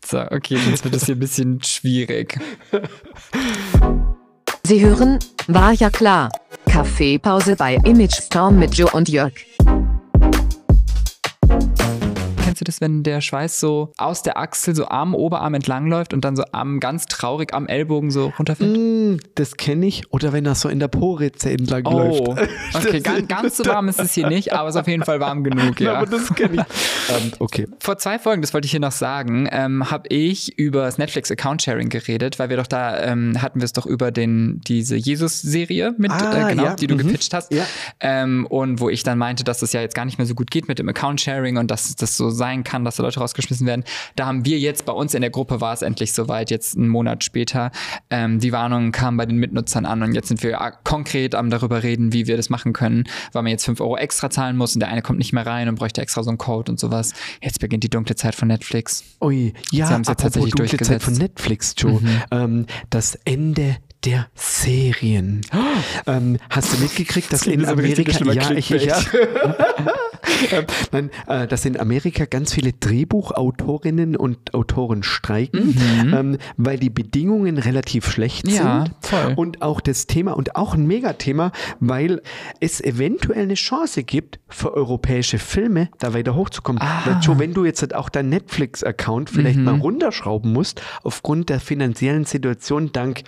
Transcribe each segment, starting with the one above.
So, okay, sonst wird es hier ein bisschen schwierig. Sie hören, war ja klar. Kaffeepause bei Image Storm mit Joe und Jörg. Kennst du das, wenn der Schweiß so aus der Achsel so am Oberarm entlang läuft und dann so ganz traurig am Ellbogen so runterfällt? Das kenne ich. Oder wenn er so in der Po-Ritze entlang läuft. Okay, ganz so warm ist es hier nicht, aber es ist auf jeden Fall warm genug, ja. Aber das kenne ich. Okay. Vor 2 Folgen, das wollte ich hier noch sagen, habe ich über das Netflix Account-Sharing geredet, weil wir doch da, hatten wir es doch über diese Jesus-Serie mit, die du gepitcht hast. Ja. Und wo ich dann meinte, dass es ja jetzt gar nicht mehr so gut geht mit dem Account-Sharing und dass das so sein kann, dass da Leute rausgeschmissen werden. Da haben wir jetzt, bei uns in der Gruppe war es endlich soweit, jetzt einen Monat später, die Warnungen kamen bei den Mitnutzern an und jetzt sind wir konkret am darüber reden, wie wir das machen können, weil man jetzt 5 € extra zahlen muss und der eine kommt nicht mehr rein und bräuchte extra so einen Code und sowas. Jetzt beginnt die dunkle Zeit von Netflix. Ui, ja, Sie haben es jetzt tatsächlich dunkle durchgesetzt. Zeit von Netflix, Joe. Das Ende der Serien. Hast du mitgekriegt, dass in Amerika dass in Amerika ganz viele Drehbuchautorinnen und Autoren streiken, weil die Bedingungen relativ schlecht sind. Voll. Und auch das Thema und auch ein Megathema, weil es eventuell eine Chance gibt für europäische Filme, da weiter hochzukommen. Weil, Joe, wenn du jetzt halt auch deinen Netflix-Account vielleicht mal runterschrauben musst, aufgrund der finanziellen Situation dank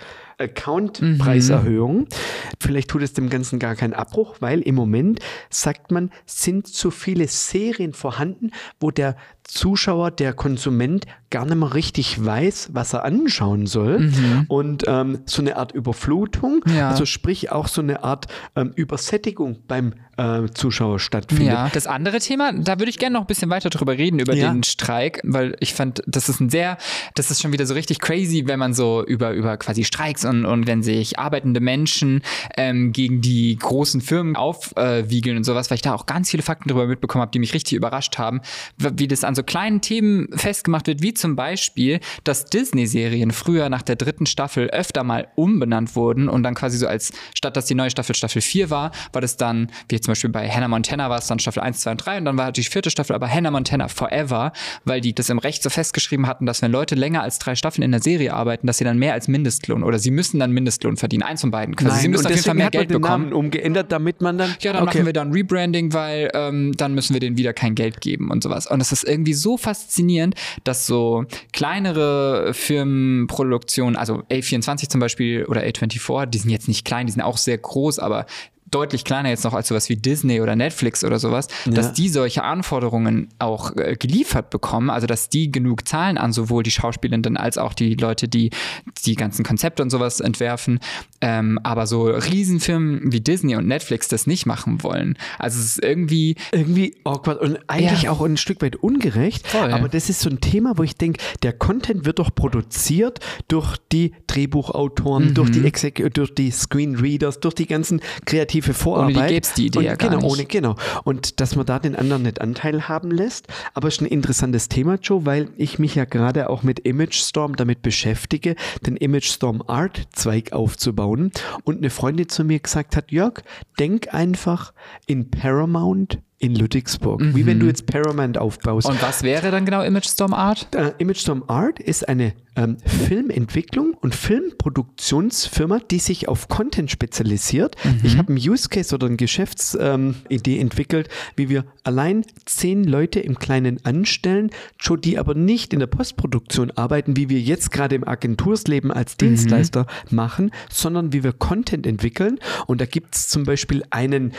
Account-Preiserhöhung. Vielleicht tut es dem Ganzen gar keinen Abbruch, weil im Moment, sagt man, sind zu viele Serien vorhanden, wo der Zuschauer, der Konsument gar nicht mehr richtig weiß, was er anschauen soll. Und so eine Art Überflutung, also sprich auch so eine Art Übersättigung beim Zuschauer stattfindet. Ja, das andere Thema, da würde ich gerne noch ein bisschen weiter drüber reden, über den Streik, weil ich fand, das ist schon wieder so richtig crazy, wenn man so über quasi Streiks und wenn sich arbeitende Menschen gegen die großen Firmen aufwiegeln und sowas, weil ich da auch ganz viele Fakten drüber mitbekommen habe, die mich richtig überrascht haben, wie das an so kleinen Themen festgemacht wird, wie zum Beispiel, dass Disney-Serien früher nach der 3. Staffel öfter mal umbenannt wurden und dann quasi so statt dass die neue Staffel Staffel 4 war das dann, wie zum Beispiel bei Hannah Montana war es dann Staffel 1, 2 und 3 und dann war halt die 4. Staffel aber Hannah Montana Forever, weil die das im Recht so festgeschrieben hatten, dass wenn Leute länger als 3 Staffeln in der Serie arbeiten, dass sie dann mehr als Mindestlohn oder sie müssen dann Mindestlohn verdienen, eins von beiden. Nein, sie müssen auf jeden Fall mehr Geld bekommen. Den Namen umgeändert, damit man dann... Ja, dann machen wir dann Rebranding, weil dann müssen wir denen wieder kein Geld geben und sowas. Und das ist irgendwie so faszinierend, dass so kleinere Firmenproduktionen, also A24 zum Beispiel oder A24, die sind jetzt nicht klein, die sind auch sehr groß, aber deutlich kleiner jetzt noch als sowas wie Disney oder Netflix oder sowas, dass die solche Anforderungen auch geliefert bekommen, also dass die genug zahlen an sowohl die Schauspielenden als auch die Leute, die ganzen Konzepte und sowas entwerfen, aber so Riesenfirmen wie Disney und Netflix das nicht machen wollen. Also es ist irgendwie awkward und eigentlich auch ein Stück weit ungerecht, aber das ist so ein Thema, wo ich denke, der Content wird doch produziert durch die Drehbuchautoren, durch die Screenreaders, durch die ganzen kreativen Vorarbeit. Ohne die gäbe es die Idee ja gar nicht. Und dass man da den anderen nicht Anteil haben lässt. Aber es ist ein interessantes Thema, Joe, weil ich mich ja gerade auch mit Image Storm damit beschäftige, den Image Storm Art Zweig aufzubauen. Und eine Freundin zu mir gesagt hat, Jörg, denk einfach in Paramount in Ludwigsburg. Wie wenn du jetzt Paramount aufbaust. Und was wäre dann genau Image Storm Art? Image Storm Art ist eine Filmentwicklung und Filmproduktionsfirma, die sich auf Content spezialisiert. Ich habe einen Use Case oder eine Geschäftsidee entwickelt, wie wir allein 10 Leute im Kleinen anstellen, die aber nicht in der Postproduktion arbeiten, wie wir jetzt gerade im Agentursleben als Dienstleister machen, sondern wie wir Content entwickeln. Und da gibt es zum Beispiel einen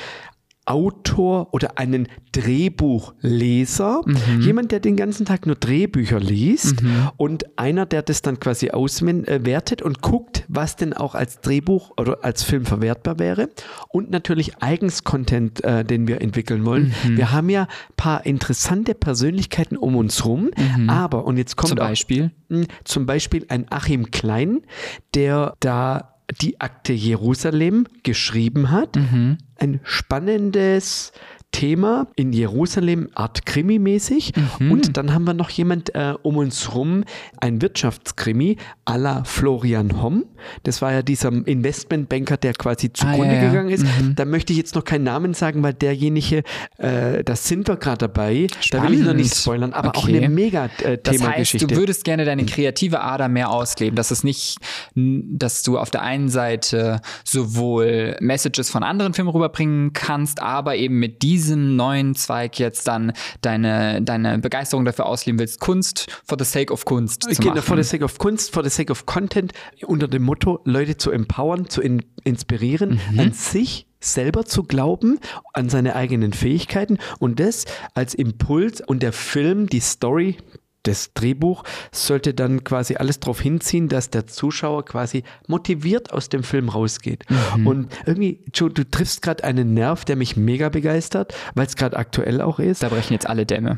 Autor oder einen Drehbuchleser, jemand, der den ganzen Tag nur Drehbücher liest und einer, der das dann quasi auswertet und guckt, was denn auch als Drehbuch oder als Film verwertbar wäre und natürlich eigens Content, den wir entwickeln wollen. Wir haben ja ein paar interessante Persönlichkeiten um uns rum, aber, und jetzt kommt zum Beispiel ein Achim Klein, der da die Akte Jerusalem geschrieben hat. Ein spannendes Thema in Jerusalem, Art Krimi-mäßig. Und dann haben wir noch jemand um uns rum, ein Wirtschaftskrimi à la Florian Homm. Das war ja dieser Investmentbanker, der quasi zugrunde gegangen ist. Da möchte ich jetzt noch keinen Namen sagen, weil derjenige, da sind wir gerade dabei. Spannend. Da will ich noch nicht spoilern, aber auch eine mega Das Themageschichte. heißt, du würdest gerne deine kreative Ader mehr ausleben. Das ist nicht, dass du auf der einen Seite sowohl Messages von anderen Filmen rüberbringen kannst, aber eben mit diesem neuen Zweig jetzt dann deine Begeisterung dafür ausleben willst, Kunst for the sake of Kunst zu machen. For the sake of Kunst, for the sake of Content, unter dem Motto, Leute zu empowern, zu inspirieren, an sich selber zu glauben, an seine eigenen Fähigkeiten und das als Impuls und der Film, die Story, das Drehbuch sollte dann quasi alles darauf hinziehen, dass der Zuschauer quasi motiviert aus dem Film rausgeht. Und irgendwie, Joe, du triffst gerade einen Nerv, der mich mega begeistert, weil es gerade aktuell auch ist. Da brechen jetzt alle Dämme.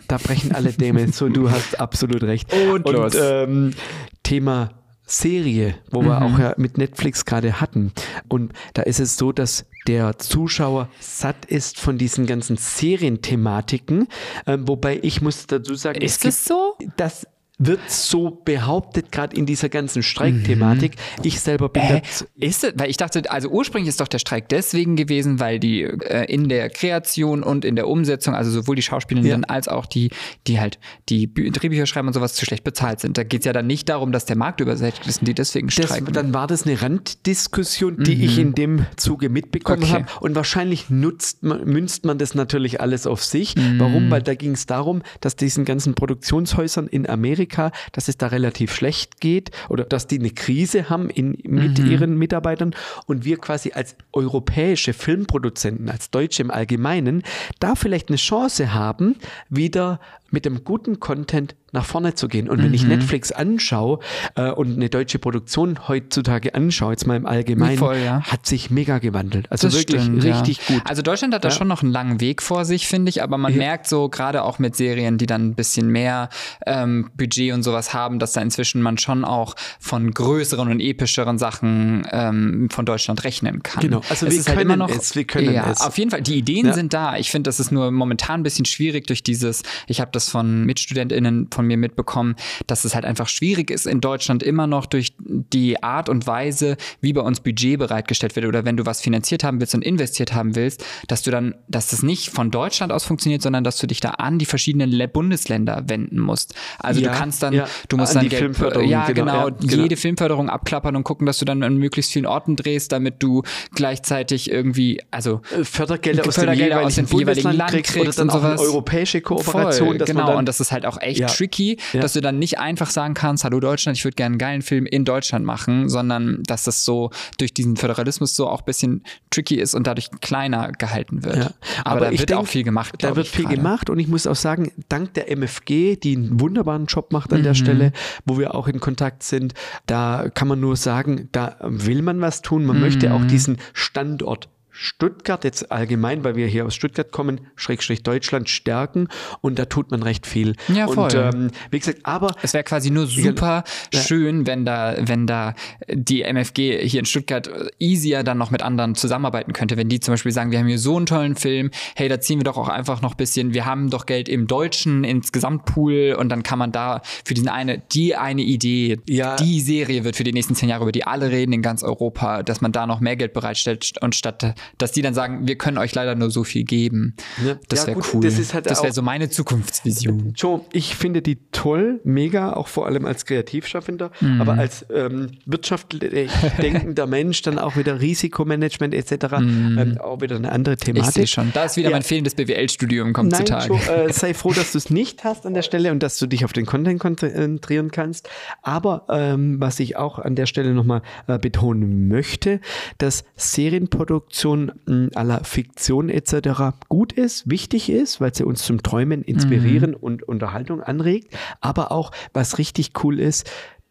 So, du hast absolut recht. Und los. Thema Serie, wo wir auch ja mit Netflix gerade hatten. Und da ist es so, dass der Zuschauer satt ist von diesen ganzen Serienthematiken. Wobei ich muss dazu sagen, ist das so? Das wird so behauptet, gerade in dieser ganzen Streikthematik. Ich selber bin Ist es? Weil ich dachte, also ursprünglich ist doch der Streik deswegen gewesen, weil die in der Kreation und in der Umsetzung, also sowohl die Schauspielerinnen als auch die halt die Drehbücher schreiben und sowas zu schlecht bezahlt sind. Da geht es ja dann nicht darum, dass der Markt übersättigt ist und die deswegen streiken. Dann war das eine Randdiskussion, die ich in dem Zuge mitbekommen habe. Und wahrscheinlich münzt man das natürlich alles auf sich. Warum? Weil da ging es darum, dass diesen ganzen Produktionshäusern in Amerika, dass es da relativ schlecht geht oder dass die eine Krise haben mit ihren Mitarbeitern und wir quasi als europäische Filmproduzenten, als Deutsche im Allgemeinen, da vielleicht eine Chance haben, wieder mit dem guten Content nach vorne zu gehen. Und wenn ich Netflix anschaue und eine deutsche Produktion heutzutage anschaue, jetzt mal im Allgemeinen, hat sich mega gewandelt. Also das wirklich richtig gut. Also Deutschland hat da schon noch einen langen Weg vor sich, finde ich, aber man merkt so, gerade auch mit Serien, die dann ein bisschen mehr Budget und sowas haben, dass da inzwischen man schon auch von größeren und epischeren Sachen von Deutschland rechnen kann. Genau, also wir können es. Auf jeden Fall, die Ideen sind da. Ich finde, das ist nur momentan ein bisschen schwierig durch dieses, ich habe das von MitstudentInnen von mir mitbekommen, dass es halt einfach schwierig ist in Deutschland immer noch durch die Art und Weise, wie bei uns Budget bereitgestellt wird oder wenn du was finanziert haben willst und investiert haben willst, dass das nicht von Deutschland aus funktioniert, sondern dass du dich da an die verschiedenen Bundesländer wenden musst. Also du kannst dann, du musst dann Geld, jede Filmförderung abklappern und gucken, dass du dann an möglichst vielen Orten drehst, damit du gleichzeitig irgendwie, also Fördergelder aus dem jeweiligen Land kriegst oder dann und sowas. Auch eine europäische Kooperation. Genau, und das ist halt auch echt tricky, dass du dann nicht einfach sagen kannst, hallo Deutschland, ich würde gerne einen geilen Film in Deutschland machen, sondern dass das so durch diesen Föderalismus so auch ein bisschen tricky ist und dadurch kleiner gehalten wird. Ja. Aber da wird auch viel gemacht. Da wird viel gemacht und ich muss auch sagen, dank der MFG, die einen wunderbaren Job macht an der Stelle, wo wir auch in Kontakt sind, da kann man nur sagen, da will man was tun, man möchte auch diesen Standort Stuttgart jetzt allgemein, weil wir hier aus Stuttgart kommen, / Deutschland stärken und da tut man recht viel. Ja, voll. Und wie gesagt, aber es wäre quasi nur super schön, wenn da die MFG hier in Stuttgart easier dann noch mit anderen zusammenarbeiten könnte. Wenn die zum Beispiel sagen, wir haben hier so einen tollen Film, hey, da ziehen wir doch auch einfach noch ein bisschen, wir haben doch Geld im Deutschen ins Gesamtpool und dann kann man da für die eine Idee, die Serie wird für die nächsten 10 Jahre, über die alle reden in ganz Europa, dass man da noch mehr Geld bereitstellt und statt dass die dann sagen, wir können euch leider nur so viel geben. Ja, das wäre cool. Das wäre so meine Zukunftsvision. Joe, ich finde die toll, mega, auch vor allem als Kreativschaffender, aber als wirtschaftlich denkender Mensch dann auch wieder Risikomanagement etc. Auch wieder eine andere Thematik. Ich sehe schon. Da ist wieder mein fehlendes BWL-Studium kommt zutage. Joe, sei froh, dass du es nicht hast an der Stelle und dass du dich auf den Content konzentrieren kannst. Aber was ich auch an der Stelle nochmal betonen möchte, dass Serienproduktion à la Fiktion etc. gut ist, wichtig ist, weil sie uns zum Träumen inspirieren und Unterhaltung anregt, aber auch, was richtig cool ist,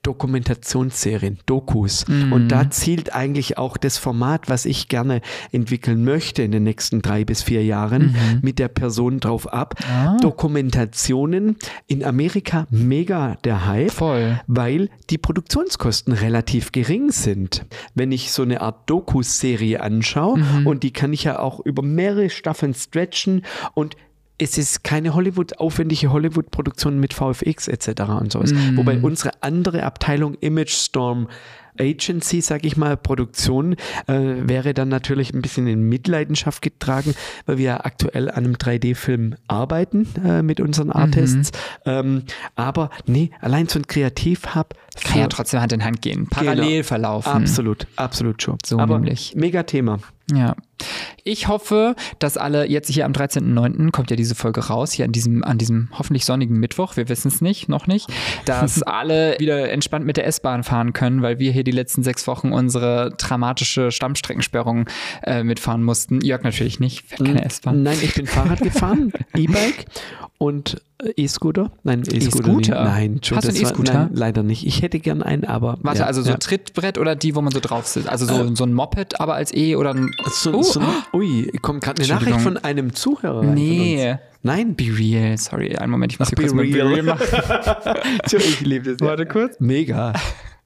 Dokumentationsserien, Dokus. Und da zielt eigentlich auch das Format, was ich gerne entwickeln möchte in den nächsten 3 bis 4 Jahren, mit der Person drauf ab. Dokumentationen in Amerika mega der Hype, Voll. weil die Produktionskosten relativ gering sind. Wenn ich so eine Art Doku-Serie anschaue und die kann ich ja auch über mehrere Staffeln stretchen und es ist keine aufwendige Hollywood-Produktion mit VFX etc. und sowas. Wobei unsere andere Abteilung Image Storm Agency, sag ich mal, Produktion, wäre dann natürlich ein bisschen in Mitleidenschaft getragen, weil wir ja aktuell an einem 3D-Film arbeiten mit unseren Artists. Aber nee, allein so ein Kreativhub kann ja trotzdem Hand in Hand gehen, parallel verlaufen. Absolut schon. So aber nämlich. Mega Thema. Ja. Ich hoffe, dass alle jetzt hier am 13.09. kommt ja diese Folge raus, hier an diesem hoffentlich sonnigen Mittwoch, wir wissen es nicht, noch nicht, dass alle wieder entspannt mit der S-Bahn fahren können, weil wir hier die letzten 6 Wochen unsere dramatische Stammstreckensperrung mitfahren mussten. Jörg natürlich nicht, fährt keine S-Bahn. Nein, ich bin Fahrrad gefahren, E-Bike und E-Scooter? Nein, E-Scooter. E-Scooter? Nein, hast du einen E-Scooter? Nein, leider nicht. Ich hätte gern einen, aber. Warte, ja, also so Trittbrett oder die, wo man so drauf sitzt? Also so ein Moped, aber als E oder ein. Ui, kommt gerade eine Nachricht von einem Zuhörer. Nee. Nein? Be Real, sorry, einen Moment, ich muss hier kurz mal Be Real machen. Ich liebe das. Warte kurz. Mega.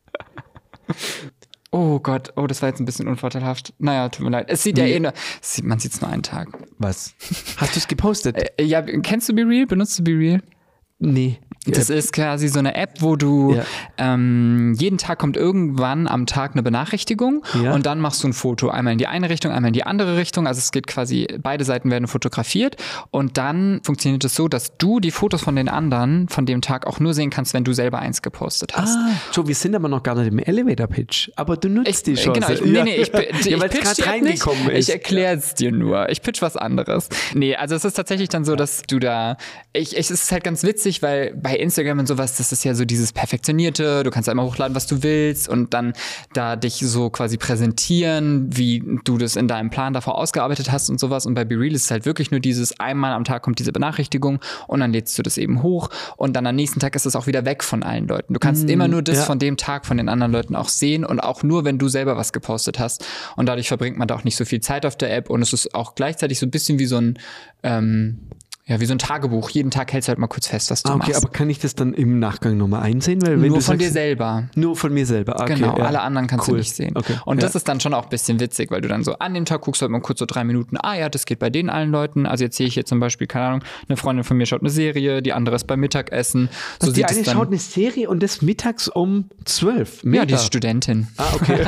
Oh Gott, das war jetzt ein bisschen unvorteilhaft. Naja, tut mir leid. Es sieht man sieht es nur einen Tag. Was? Hast du es gepostet? Ja, kennst du Be Real? Benutzt du Be Real? Nee. Das ist quasi so eine App, wo du jeden Tag kommt irgendwann am Tag eine Benachrichtigung und dann machst du ein Foto. Einmal in die eine Richtung, einmal in die andere Richtung. Also es geht quasi, beide Seiten werden fotografiert und dann funktioniert es so, dass du die Fotos von den anderen von dem Tag auch nur sehen kannst, wenn du selber eins gepostet hast. Wir sind aber noch gar nicht im Elevator-Pitch. Aber du nutzt die Chance. Genau, ich pitch gerade reingekommen ist. Ich erkläre es dir nur. Ich pitch was anderes. Nee, also es ist tatsächlich dann so, dass du da, es ist halt ganz witzig, weil bei Instagram und sowas, das ist ja so dieses Perfektionierte, du kannst ja immer hochladen, was du willst und dann da dich so quasi präsentieren, wie du das in deinem Plan davor ausgearbeitet hast und sowas. Und bei Be Real ist es halt wirklich nur dieses, einmal am Tag kommt diese Benachrichtigung und dann lädst du das eben hoch und dann am nächsten Tag ist es auch wieder weg von allen Leuten. Du kannst immer nur das von dem Tag von den anderen Leuten auch sehen und auch nur, wenn du selber was gepostet hast. Und dadurch verbringt man da auch nicht so viel Zeit auf der App und es ist auch gleichzeitig so ein bisschen wie so ein wie so ein Tagebuch. Jeden Tag hältst du halt mal kurz fest, was du machst. Aber kann ich das dann im Nachgang nochmal einsehen? Weil wenn nur du von dir selber. Nur von mir selber, okay. Genau, alle anderen kannst du nicht sehen. Okay, und das ist dann schon auch ein bisschen witzig, weil du dann so an dem Tag guckst halt mal kurz so 3 Minuten, das geht bei den allen Leuten. Also jetzt sehe ich hier zum Beispiel, keine Ahnung, eine Freundin von mir schaut eine Serie, die andere ist beim Mittagessen. So die eine schaut eine Serie und das mittags um 12. Ja, die ist Studentin. Okay.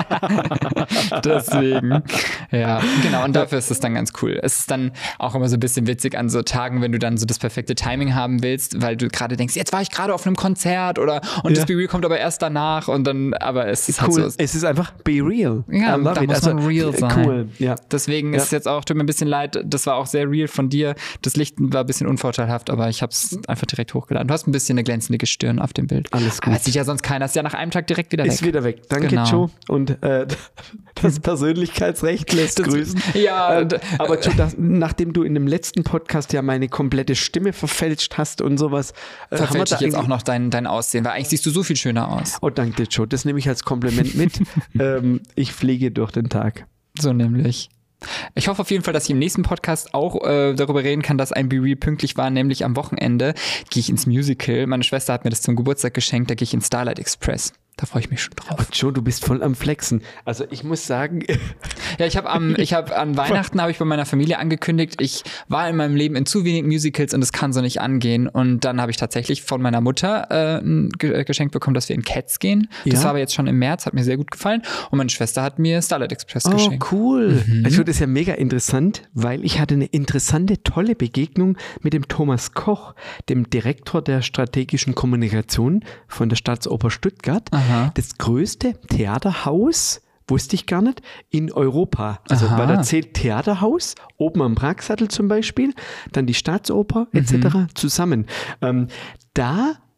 Deswegen. Ja, genau. Und dafür ist es dann ganz cool. Es ist dann auch immer so ein bisschen witzig an so Tagen, wenn du dann so das perfekte Timing haben willst, weil du gerade denkst, jetzt war ich gerade auf einem Konzert und das Be Real kommt aber erst danach und dann, aber es ist cool. Halt so. Es ist einfach Be Real. Ja, da muss man real sein. Cool, ja. Deswegen ist es jetzt auch, tut mir ein bisschen leid, das war auch sehr real von dir. Das Licht war ein bisschen unvorteilhaft, aber ich habe es einfach direkt hochgeladen. Du hast ein bisschen eine glänzende Stirn auf dem Bild. Alles gut. Aber es sieht ja sonst keiner, ist ja nach einem Tag direkt wieder weg. Ist wieder weg. Danke, Joe. Und das Persönlichkeitsrecht lässt grüßen. Ja. Aber Joe, nachdem du in dem letzten Podcast ja meine komplette Stimme verfälscht hast und sowas. Verfälscht jetzt auch noch dein Aussehen, weil eigentlich siehst du so viel schöner aus. Oh, danke dir, Joe. Das nehme ich als Kompliment mit. Ich fliege durch den Tag. So nämlich. Ich hoffe auf jeden Fall, dass ich im nächsten Podcast auch darüber reden kann, dass ein Be Real pünktlich war, nämlich am Wochenende gehe ich ins Musical. Meine Schwester hat mir das zum Geburtstag geschenkt, da gehe ich in Starlight Express. Da freue ich mich schon drauf. Oh, Joe, du bist voll am Flexen. Also ich muss sagen... Ja, ich habe an Weihnachten habe ich bei meiner Familie angekündigt, ich war in meinem Leben in zu wenig Musicals und es kann so nicht angehen. Und dann habe ich tatsächlich von meiner Mutter ein Geschenk bekommen, dass wir in Cats gehen. Das war aber jetzt schon im März, hat mir sehr gut gefallen. Und meine Schwester hat mir Starlight Express geschenkt. Oh, cool. Also das ist ja mega interessant, weil ich hatte eine interessante, tolle Begegnung mit dem Thomas Koch, dem Direktor der strategischen Kommunikation von der Staatsoper Stuttgart. Aha. Das größte Theaterhaus, wusste ich gar nicht, in Europa. Also weil da zählt Theaterhaus, oben am Pragsattel zum Beispiel, dann die Staatsoper etc. zusammen. Da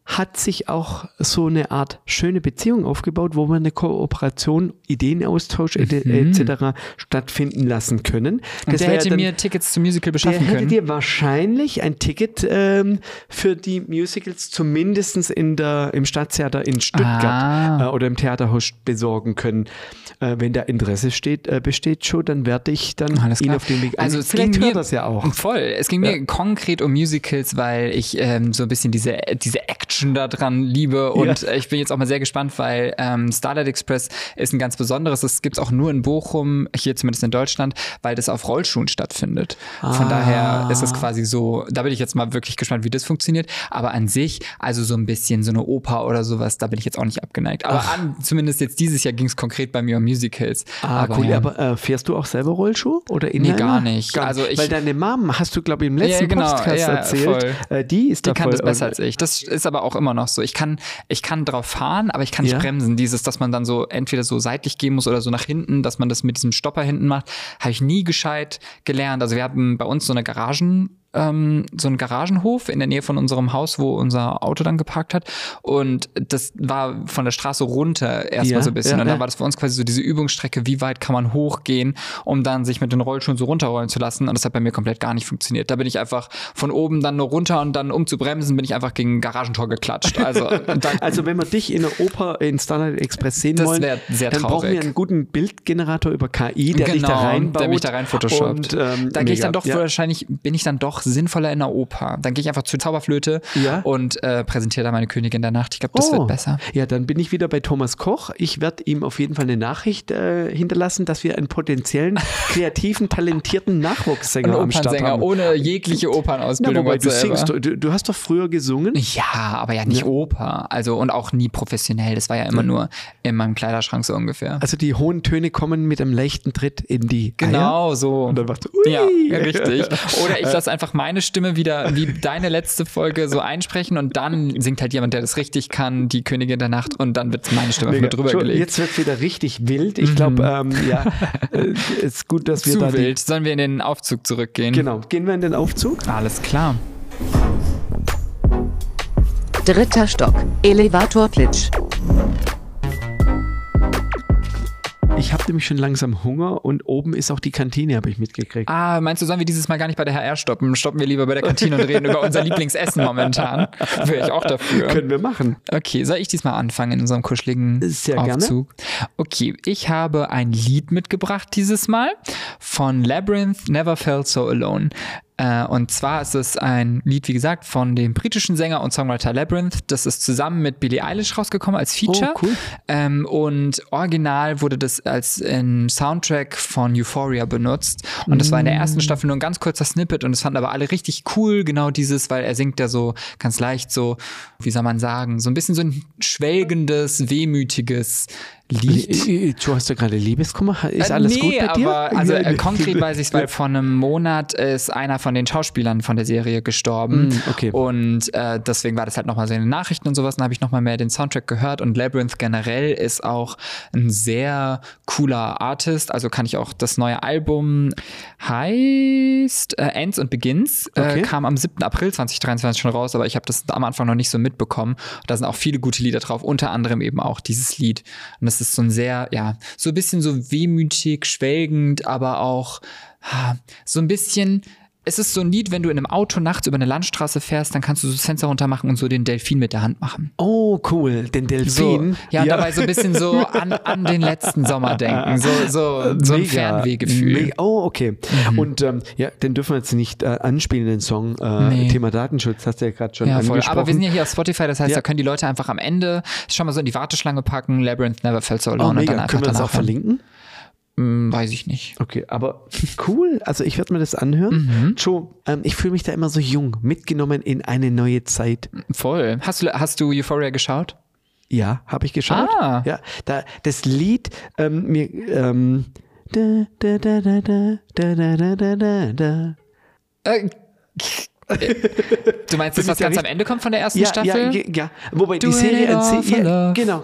hat sich auch so eine Art schöne Beziehung aufgebaut, wo wir eine Kooperation, Ideenaustausch etc. stattfinden lassen können. Und der hätte mir Tickets zum Musical beschaffen können. Der hätte dir wahrscheinlich ein Ticket für die Musicals zumindest im Staatstheater in Stuttgart oder im Theaterhaus besorgen können. Wenn da Interesse besteht schon, dann werde ich dann ihn auf den Weg Also vielleicht hört das ja auch. Voll. Es ging mir konkret um Musicals, weil ich so ein bisschen diese Action da dran liebe und ich bin jetzt auch mal sehr gespannt, weil Starlight Express ist ein ganz besonderes. Das gibt es auch nur in Bochum, hier zumindest in Deutschland, weil das auf Rollschuhen stattfindet. Von daher ist es quasi so, da bin ich jetzt mal wirklich gespannt, wie das funktioniert. Aber an sich, also so ein bisschen so eine Oper oder sowas, da bin ich jetzt auch nicht abgeneigt. Aber zumindest jetzt dieses Jahr ging es konkret bei mir um Musicals. Aber cool, aber fährst du auch selber Rollschuh? Oder Nee, gar nicht. Weil deine Mom, hast du glaube ich im letzten Podcast erzählt, die ist da die kann das besser als ich. Das ist aber auch immer noch so. Ich kann drauf fahren, aber ich kann nicht bremsen. Dass man dann so entweder so seitlich gehen muss oder so nach hinten, dass man das mit diesem Stopper hinten macht, habe ich nie gescheit gelernt. Also wir haben bei uns so einen Garagenhof in der Nähe von unserem Haus, wo unser Auto dann geparkt hat. Und das war von der Straße runter erstmal so ein bisschen. Und dann war das für uns quasi so diese Übungsstrecke, wie weit kann man hochgehen, um dann sich mit den Rollschuhen so runterrollen zu lassen. Und das hat bei mir komplett gar nicht funktioniert. Da bin ich einfach von oben dann nur runter und dann, um zu bremsen, bin ich einfach gegen ein Garagentor geklatscht. Also wenn wir dich in der Oper in Starlight Express sehen wollen, dann brauchen wir einen guten Bildgenerator über KI, der dich da reinbaut. Der mich da rein photoshoppt. Da gehe ich dann doch wahrscheinlich, bin ich dann doch sinnvoller in der Oper. Dann gehe ich einfach zur Zauberflöte und präsentiere da meine Königin der Nacht. Ich glaube, das wird besser. Ja, dann bin ich wieder bei Thomas Koch. Ich werde ihm auf jeden Fall eine Nachricht hinterlassen, dass wir einen potenziellen, kreativen, talentierten Nachwuchssänger am Start haben. Ohne jegliche Opernausbildung. Wobei, du singst, du hast doch früher gesungen? Ja, aber ja nicht Oper. Also und auch nie professionell. Das war ja immer nur in meinem Kleiderschrank so ungefähr. Also die hohen Töne kommen mit einem leichten Tritt in die Genau, Eier. so. Und dann machst du, ja, richtig. Oder ich lasse einfach meine Stimme wieder, wie deine letzte Folge, so einsprechen und dann singt halt jemand, der das richtig kann, die Königin der Nacht und dann wird meine Stimme mit drüber gelegt. Jetzt wird es wieder richtig wild. Ich glaube, ist gut, dass wir zu wild. Sollen wir in den Aufzug zurückgehen? Genau. Gehen wir in den Aufzug? Alles klar. 3. Stock, Elevatorklitsch. Ich habe nämlich schon langsam Hunger und oben ist auch die Kantine, habe ich mitgekriegt. Meinst du, sollen wir dieses Mal gar nicht bei der HR stoppen? Stoppen wir lieber bei der Kantine und reden über unser Lieblingsessen momentan. Wäre ich auch dafür. Können wir machen. Okay, soll ich diesmal anfangen in unserem kuscheligen Aufzug? Gerne. Okay, ich habe ein Lied mitgebracht dieses Mal von Labyrinth, Never Felt So Alone. Und zwar ist es ein Lied, wie gesagt, von dem britischen Sänger und Songwriter Labyrinth. Das ist zusammen mit Billie Eilish rausgekommen als Feature. Oh, cool. Und original wurde das als Soundtrack von Euphoria benutzt. Und das war in der ersten Staffel nur ein ganz kurzer Snippet und das fanden aber alle richtig cool, genau dieses, weil er singt ja so ganz leicht so, wie soll man sagen, so ein bisschen so ein schwelgendes, wehmütiges Lied. Du hast ja gerade Liebeskummer. Ist alles gut bei dir? Aber also konkret weiß ich es, weil vor einem Monat ist einer von den Schauspielern von der Serie gestorben. Okay. Und deswegen war das halt nochmal so in den Nachrichten und sowas. Dann habe ich nochmal mehr den Soundtrack gehört und Labyrinth generell ist auch ein sehr cooler Artist. Also kann ich auch das neue Album heißt Ends and Begins. Kam am 7. April 2023 schon raus, aber ich habe das am Anfang noch nicht so mitbekommen. Da sind auch viele gute Lieder drauf, unter anderem eben auch dieses Lied. Und das ist so ein sehr, so ein bisschen so wehmütig, schwelgend, aber auch so ein bisschen, es ist so ein Lied, wenn du in einem Auto nachts über eine Landstraße fährst, dann kannst du so das Fenster runter machen und so den Delfin mit der Hand machen. Oh, cool, den Delfin. So, und dabei so ein bisschen so an den letzten Sommer denken, so ein Fernwehgefühl. Oh, okay. Und den dürfen wir jetzt nicht anspielen, den Song. Thema Datenschutz hast du ja gerade schon angesprochen. Aber wir sind ja hier auf Spotify, das heißt, da können die Leute einfach am Ende schon mal so in die Warteschlange packen, Labyrinth Never Felt So Alone und dann einfach können wir das auch verlinken? Weiß ich nicht. Okay, aber cool. Also ich werde mir das anhören. Joe, ich fühle mich da immer so jung, mitgenommen in eine neue Zeit. Voll. Hast du Euphoria geschaut? Ja, habe ich geschaut. Ja, das Lied Du meinst das, was ganz am Ende kommt von der ersten Staffel? Ja. Wobei die Serie an sich, genau.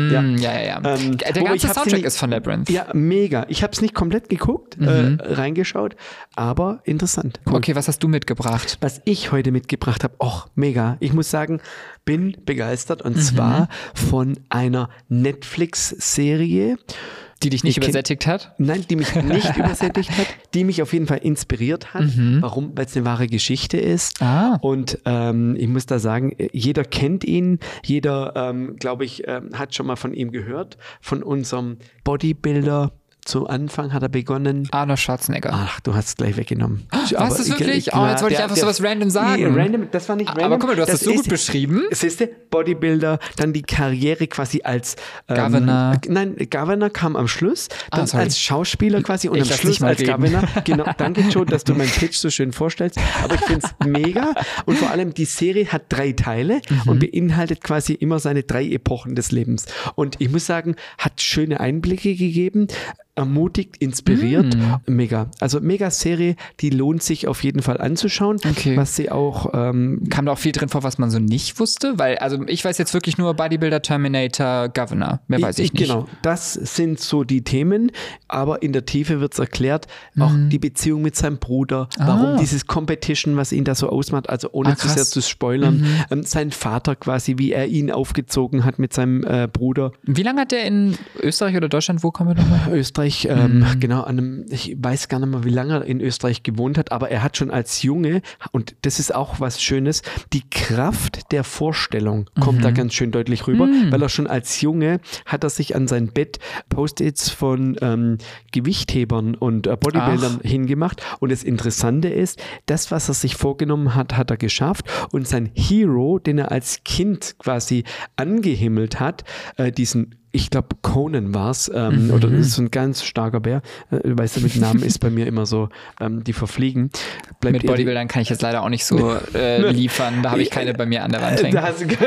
Ja. Der ganze Soundtrack ist von Labyrinth. Ja, mega. Ich habe es nicht komplett geguckt, reingeschaut, aber interessant. Cool. Okay, was hast du mitgebracht? Was ich heute mitgebracht habe, mega. Ich muss sagen, bin begeistert und zwar von einer Netflix-Serie. Die dich nicht übersättigt hat? Nein, die mich nicht übersättigt hat, die mich auf jeden Fall inspiriert hat. Warum? Weil es eine wahre Geschichte ist. Und ich muss da sagen, jeder kennt ihn, jeder, glaube ich, hat schon mal von ihm gehört, von unserem Bodybuilder. Zu Anfang hat er begonnen. Arnold Schwarzenegger. Ach, du hast es gleich weggenommen. Was ist das wirklich? Jetzt wollte ich einfach sowas random sagen. Random, das war nicht random. Aber guck mal, du hast das so gut beschrieben. Siehst du, Bodybuilder, dann die Karriere quasi als Governor. Governor kam am Schluss, dann als Schauspieler quasi und am Schluss als Governor. Genau, danke Joe, dass du meinen Pitch so schön vorstellst. Aber ich finde es mega. Und vor allem, die Serie hat 3 Teile und beinhaltet quasi immer seine 3 Epochen des Lebens. Und ich muss sagen, hat schöne Einblicke gegeben. Ermutigt, inspiriert, mega. Also mega Serie, die lohnt sich auf jeden Fall anzuschauen. Okay. Was sie auch... Kam da auch viel drin vor, was man so nicht wusste? Weil, also ich weiß jetzt wirklich nur Bodybuilder, Terminator, Governor. Mehr weiß ich nicht. Genau, das sind so die Themen, aber in der Tiefe wird es erklärt, auch die Beziehung mit seinem Bruder, warum dieses Competition, was ihn da so ausmacht, also ohne zu sehr zu spoilern, sein Vater quasi, wie er ihn aufgezogen hat mit seinem Bruder. Wie lange hat der in Österreich oder Deutschland, wo kommen wir nochmal? Österreich, genau, ich weiß gar nicht mehr, wie lange er in Österreich gewohnt hat, aber er hat schon als Junge, und das ist auch was Schönes, die Kraft der Vorstellung kommt da ganz schön deutlich rüber, weil er schon als Junge hat er sich an sein Bett Post-its von Gewichthebern und Bodybuildern hingemacht, und das Interessante ist, das, was er sich vorgenommen hat, hat er geschafft, und sein Hero, den er als Kind quasi angehimmelt hat, diesen, ich glaube, Conan war es, oder das ist so ein ganz starker Bär. Weißt du, mit Namen ist bei mir immer so, die verfliegen. Mit Bodybuildern kann ich jetzt leider auch nicht so liefern. Da habe ich keine bei mir an der Wand hängen.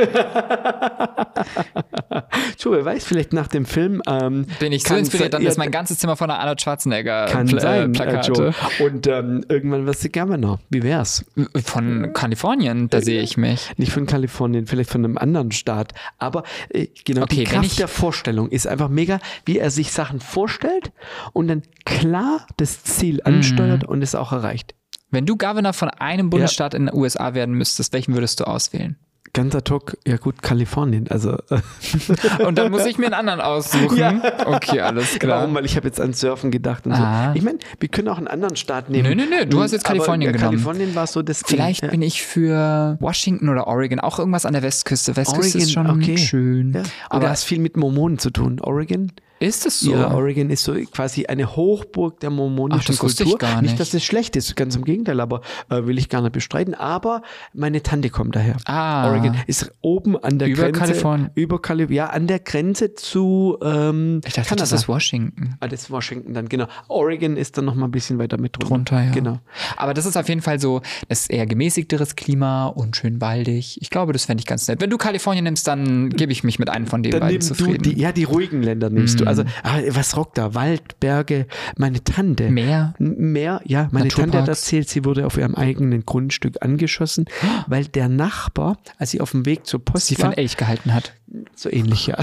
Wer weiß, vielleicht nach dem Film bin ich so inspiriert, dann ist mein ganzes Zimmer voller Arnold Schwarzenegger Plakate. Und irgendwann wirst du Governor. Wie wär's? Von Kalifornien, da sehe ich mich. Nicht von Kalifornien, vielleicht von einem anderen Staat. Aber genau, die Kraft der Vorstellung ist einfach mega, wie er sich Sachen vorstellt und dann klar das Ziel ansteuert und es auch erreicht. Wenn du Governor von einem Bundesstaat in den USA werden müsstest, welchen würdest du auswählen? Ganz ad hoc, ja gut, Kalifornien, also. Und dann muss ich mir einen anderen aussuchen? Ja. Okay, alles klar. Warum? Weil ich habe jetzt an Surfen gedacht und so. Ich meine, wir können auch einen anderen Staat nehmen. Nö, du hast jetzt Kalifornien genommen. Kalifornien war so das Vielleicht bin ich für Washington oder Oregon, auch irgendwas an der Westküste. Westküste ist schon schön. Ja. Aber du hast viel mit Mormonen zu tun. Oregon? Ist es so? Ja, Oregon ist so quasi eine Hochburg der mormonischen Kultur. Wusste ich gar nicht. Nicht, dass es schlecht ist, ganz im Gegenteil, aber will ich gar nicht bestreiten. Aber meine Tante kommt daher. Oregon ist oben an der Grenze. Kalifornien. Über Kalifornien. Ja, an der Grenze zu ich dachte, Kanada. Das ist Washington. Das ist Washington dann, genau. Oregon ist dann nochmal ein bisschen weiter mit drunter. Ja. Genau. Aber das ist auf jeden Fall so, das ist eher gemäßigteres Klima und schön waldig. Ich glaube, das fände ich ganz nett. Wenn du Kalifornien nimmst, dann gebe ich mich mit einem von den beiden zufrieden. Die ruhigen Länder nimmst du. Also, was rockt da? Wald, Berge, meine Tante. Meer, ja. Meine Tante hat erzählt, sie wurde auf ihrem eigenen Grundstück angeschossen, weil der Nachbar, als sie auf dem Weg zur Post sie war, für ein Elch gehalten hat. So ähnlich, ja.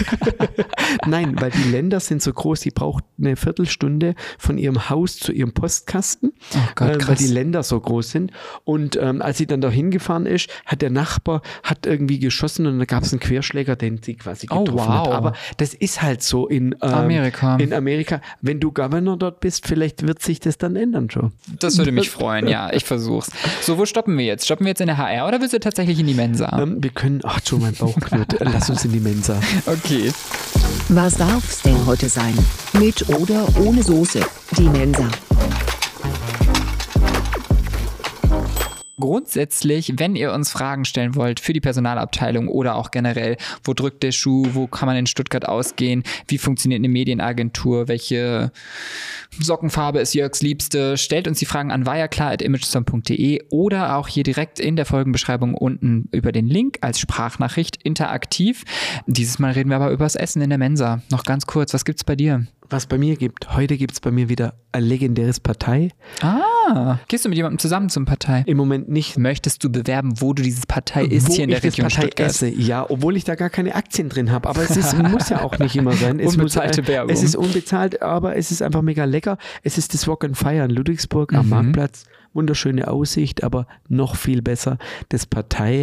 Nein, weil die Länder sind so groß, die braucht eine Viertelstunde von ihrem Haus zu ihrem Postkasten, weil die Länder so groß sind. Und als sie dann da hingefahren ist, hat der Nachbar irgendwie geschossen und da gab es einen Querschläger, den sie quasi getroffen hat. Aber das ist halt so in Amerika. Wenn du Governor dort bist, vielleicht wird sich das dann ändern, Joe. Das würde mich freuen, ja, ich versuch's. So, wo stoppen wir jetzt? Stoppen wir jetzt in der HR oder willst du tatsächlich in die Mensa? Wir können, Joe, mein Bauch knurrt. Lass uns in die Mensa. Okay. Was darf's denn heute sein? Mit oder ohne Soße? Die Mensa. Grundsätzlich, wenn ihr uns Fragen stellen wollt für die Personalabteilung oder auch generell, wo drückt der Schuh, wo kann man in Stuttgart ausgehen, wie funktioniert eine Medienagentur, welche Sockenfarbe ist Jörgs liebste, stellt uns die Fragen an vajaklar@imagestorm.de oder auch hier direkt in der Folgenbeschreibung unten über den Link als Sprachnachricht interaktiv. Dieses Mal reden wir aber über das Essen in der Mensa. Noch ganz kurz, was gibt's bei dir? was bei mir gibt. Heute gibt es bei mir wieder ein legendäres Partei. Gehst du mit jemandem zusammen zum Partei? Im Moment nicht. Möchtest du bewerben, wo du dieses Partei isst hier in der Region Stuttgart? Esse? Ja, obwohl ich da gar keine Aktien drin habe. Aber es muss ja auch nicht immer sein. Unbezahlte Werbung. Es ist unbezahlt, aber es ist einfach mega lecker. Es ist das Walk and Fire in Ludwigsburg am Marktplatz. Wunderschöne Aussicht, aber noch viel besser das Partei.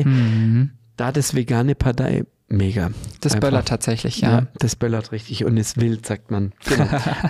Da das vegane Partei, mega. Das einfach. böllert tatsächlich, ja. Das böllert richtig und ist wild, sagt man. Genau.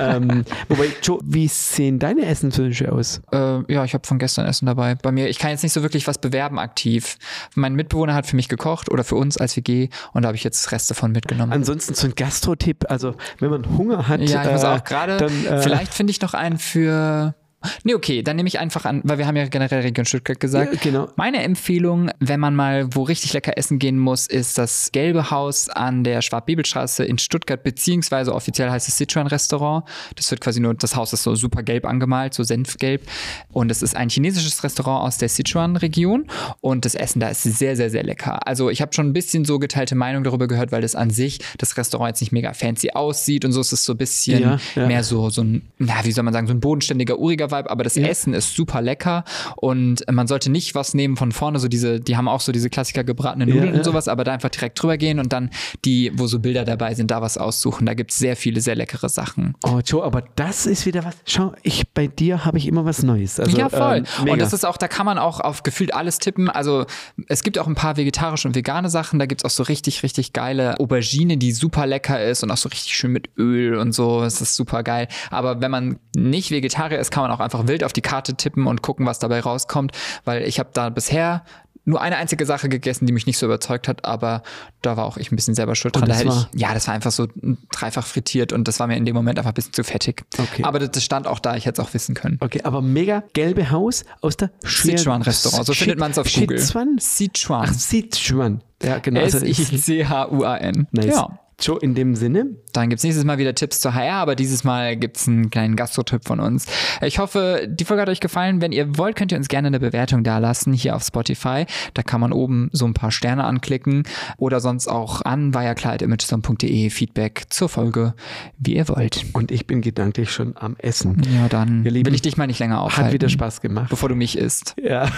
Wobei, Joe, wie sehen deine Essenswünsche aus? Ja, ich habe von gestern Essen dabei. Bei mir, ich kann jetzt nicht so wirklich was bewerben aktiv. Mein Mitbewohner hat für mich gekocht oder für uns als WG und da habe ich jetzt Rest davon mitgenommen. Ansonsten so ein Gastro-Tipp, also wenn man Hunger hat. Ja, ich muss auch gerade, vielleicht finde ich noch einen für... Nee, okay, dann nehme ich einfach an, weil wir haben ja generell Region Stuttgart gesagt. Ja, genau. Meine Empfehlung, wenn man mal wo richtig lecker essen gehen muss, ist das Gelbe Haus an der Schwab-Bebel-Straße in Stuttgart, beziehungsweise offiziell heißt es Sichuan-Restaurant. Das wird quasi nur, das Haus ist so super gelb angemalt, so senfgelb. Und es ist ein chinesisches Restaurant aus der Sichuan-Region und das Essen da ist sehr, sehr, sehr lecker. Also ich habe schon ein bisschen so geteilte Meinung darüber gehört, weil das an sich, das Restaurant jetzt nicht mega fancy aussieht und so, es ist so ein bisschen mehr so ein, wie soll man sagen, so ein bodenständiger, uriger Vibe, aber das Essen ist super lecker und man sollte nicht was nehmen von vorne, so die haben auch so diese Klassiker gebratene Nudeln und sowas, aber da einfach direkt drüber gehen und dann die, wo so Bilder dabei sind, da was aussuchen. Da gibt es sehr viele, sehr leckere Sachen. Oh, Joe, aber das ist wieder was, schau, bei dir habe ich immer was Neues. Also, ja, voll. Und das ist auch, da kann man auch auf gefühlt alles tippen. Also es gibt auch ein paar vegetarische und vegane Sachen, da gibt es auch so richtig, richtig geile Aubergine, die super lecker ist und auch so richtig schön mit Öl und so, es ist super geil. Aber wenn man nicht Vegetarier ist, kann man auch einfach wild auf die Karte tippen und gucken, was dabei rauskommt, weil ich habe da bisher nur eine einzige Sache gegessen, die mich nicht so überzeugt hat, aber da war auch ich ein bisschen selber schuld dran. Das war einfach so dreifach frittiert und das war mir in dem Moment einfach ein bisschen zu fettig. Okay. Aber das stand auch da, ich hätte es auch wissen können. Okay, aber mega Gelbe Haus aus der Sichuan-Restaurant, so findet man es auf Google. Sichuan? Ach, Sichuan. Ja, genau. S-I-C-H-U-A-N. Nice. Ja. So, in dem Sinne. Dann gibt es nächstes Mal wieder Tipps zur HR, aber dieses Mal gibt es einen kleinen Gastro-Tipp von uns. Ich hoffe, die Folge hat euch gefallen. Wenn ihr wollt, könnt ihr uns gerne eine Bewertung dalassen hier auf Spotify. Da kann man oben so ein paar Sterne anklicken oder sonst auch an warjaklar@imagestorm.de Feedback zur Folge, wie ihr wollt. Und ich bin gedanklich schon am Essen. Ja, dann will ich dich mal nicht länger aufhalten. Hat wieder Spaß gemacht. Bevor du mich isst. Ja.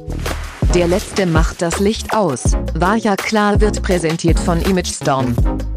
Der Letzte macht das Licht aus. War ja klar wird präsentiert von Imagestorm.